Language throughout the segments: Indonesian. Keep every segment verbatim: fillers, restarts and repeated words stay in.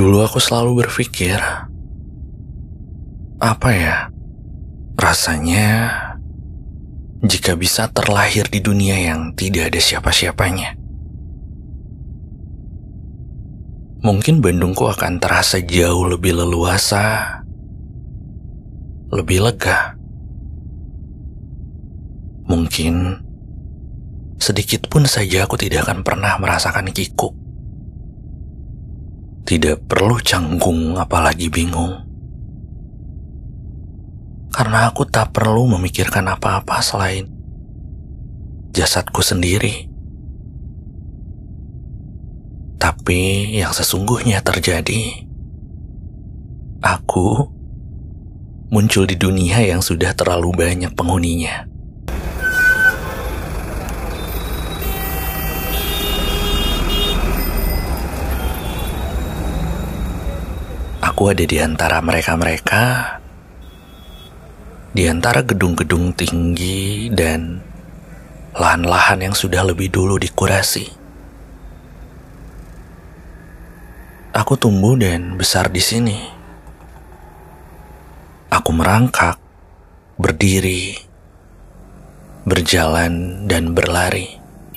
Dulu aku selalu berpikir, apa ya rasanya jika bisa terlahir di dunia yang tidak ada siapa-siapanya. Mungkin Bandungku akan terasa jauh lebih leluasa, lebih lega. Mungkin sedikit pun saja aku tidak akan pernah merasakan kikuk. Tidak perlu canggung apalagi bingung. Karena aku tak perlu memikirkan apa-apa selain jasadku sendiri. Tapi yang sesungguhnya terjadi, aku muncul di dunia yang sudah terlalu banyak penghuninya. Aku ada di antara mereka-mereka, di antara gedung-gedung tinggi dan lahan-lahan yang sudah lebih dulu dikurasi. Aku tumbuh dan besar di sini. Aku merangkak, berdiri, berjalan dan berlari,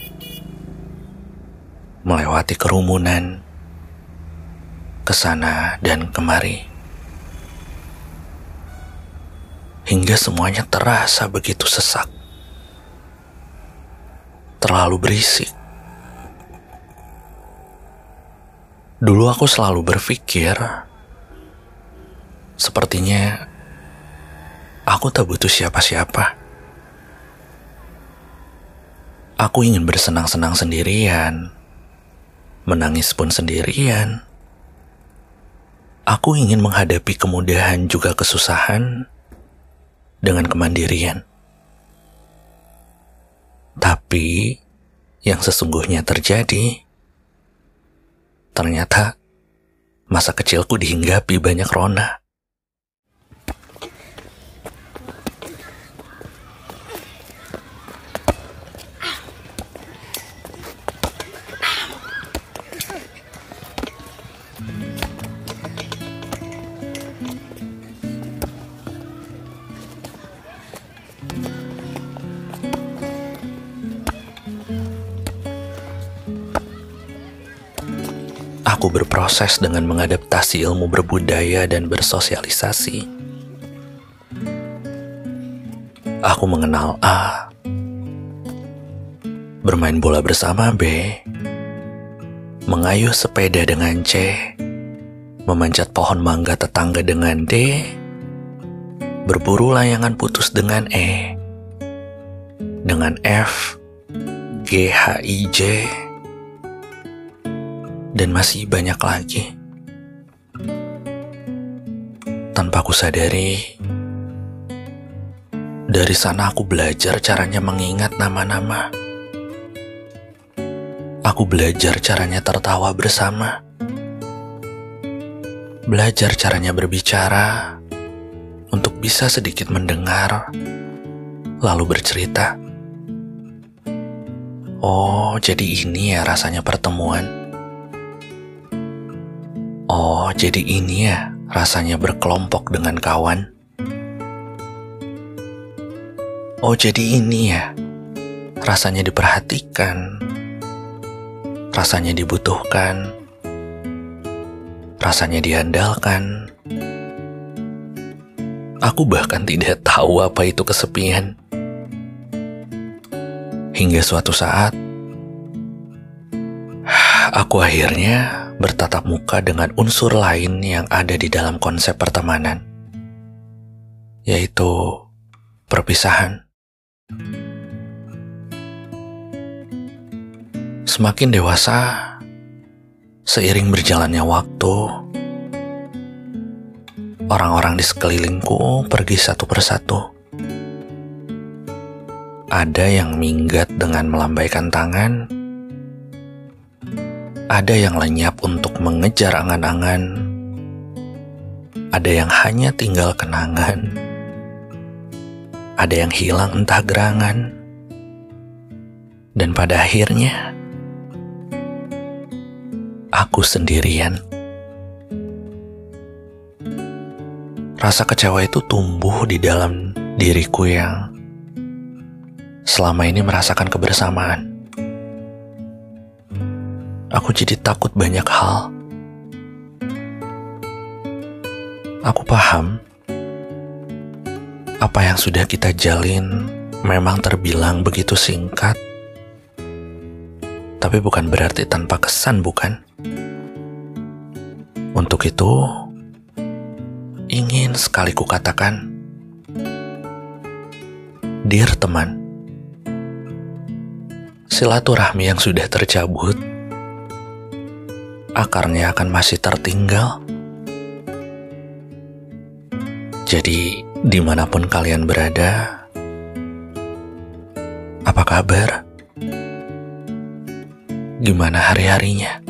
melewati kerumunan, ke sana dan kemari. Hingga semuanya terasa begitu sesak, terlalu berisik. Dulu aku selalu berpikir, sepertinya aku tak butuh siapa-siapa. Aku ingin bersenang-senang sendirian, menangis pun sendirian. Aku ingin menghadapi kemudahan juga kesusahan dengan kemandirian. Tapi yang sesungguhnya terjadi, ternyata masa kecilku dihinggapi banyak rona. Aku berproses dengan mengadaptasi ilmu berbudaya dan bersosialisasi. Aku mengenal A, bermain bola bersama B, mengayuh sepeda dengan C, memanjat pohon mangga tetangga dengan D, berburu layangan putus dengan E, dengan F, G, H, I, J, dan masih banyak lagi. Tanpa aku sadari, dari sana aku belajar caranya mengingat nama-nama. Aku belajar caranya tertawa bersama. Belajar caranya berbicara untuk bisa sedikit mendengar, lalu bercerita. Oh, jadi ini ya rasanya pertemuan. Oh, jadi ini ya rasanya berkelompok dengan kawan. Oh, jadi ini ya rasanya diperhatikan, rasanya dibutuhkan, rasanya diandalkan. Aku bahkan tidak tahu apa itu kesepian. Hingga suatu saat, aku akhirnya bertatap muka dengan unsur lain yang ada di dalam konsep pertemanan, yaitu perpisahan. Semakin dewasa, seiring berjalannya waktu, orang-orang di sekelilingku pergi satu persatu. Ada yang minggat dengan melambaikan tangan, ada yang lenyap untuk mengejar angan-angan, ada yang hanya tinggal kenangan, ada yang hilang entah gerangan, dan pada akhirnya aku sendirian. rasa kecewa itu tumbuh di dalam diriku yang selama ini merasakan kebersamaan. Aku jadi takut banyak hal. Aku paham apa yang sudah kita jalin memang terbilang begitu singkat, tapi bukan berarti tanpa kesan, bukan? Untuk itu, ingin sekali kukatakan, dear teman, silaturahmi yang sudah tercabut, akarnya akan masih tertinggal. Jadi, dimanapun kalian berada, apa kabar? Gimana hari-harinya?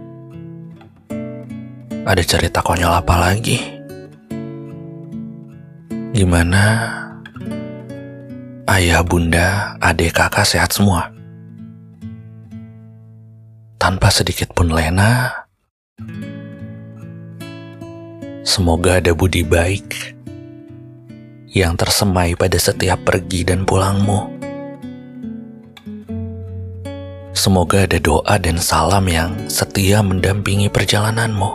Ada cerita konyol apa lagi? Gimana ayah, bunda, adik, kakak sehat semua? Tanpa sedikit pun lena, semoga ada budi baik yang tersemai pada setiap pergi dan pulangmu. Semoga ada doa dan salam yang setia mendampingi perjalananmu.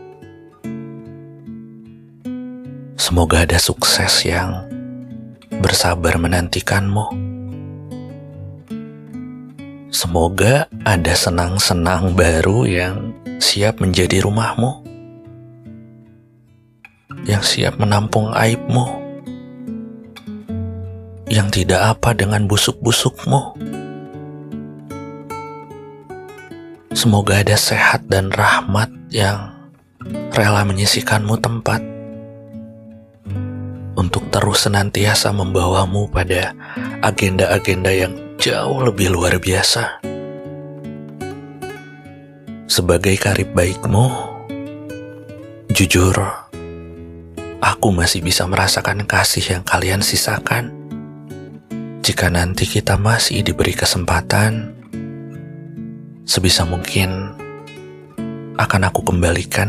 Semoga ada sukses yang bersabar menantikanmu. Semoga ada senang-senang baru yang siap menjadi rumahmu, yang siap menampung aibmu, yang tidak apa dengan busuk-busukmu. Semoga ada sehat dan rahmat yang rela menyisikanmu tempat untuk terus senantiasa membawamu pada agenda-agenda yang jauh lebih luar biasa. Sebagai karib baikmu, jujur, aku masih bisa merasakan kasih yang kalian sisakan. Jika nanti kita masih diberi kesempatan, sebisa mungkin akan aku kembalikan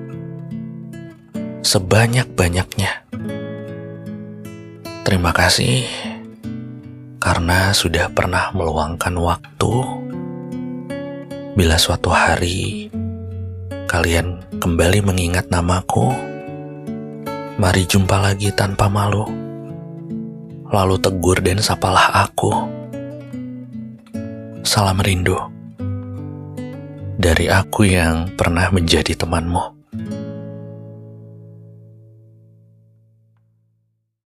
sebanyak-banyaknya. Terima kasih karena sudah pernah meluangkan waktu. Bila suatu hari kalian kembali mengingat namaku, mari jumpa lagi tanpa malu. Lalu tegur dan sapalah aku. Salam rindu dari aku yang pernah menjadi temanmu.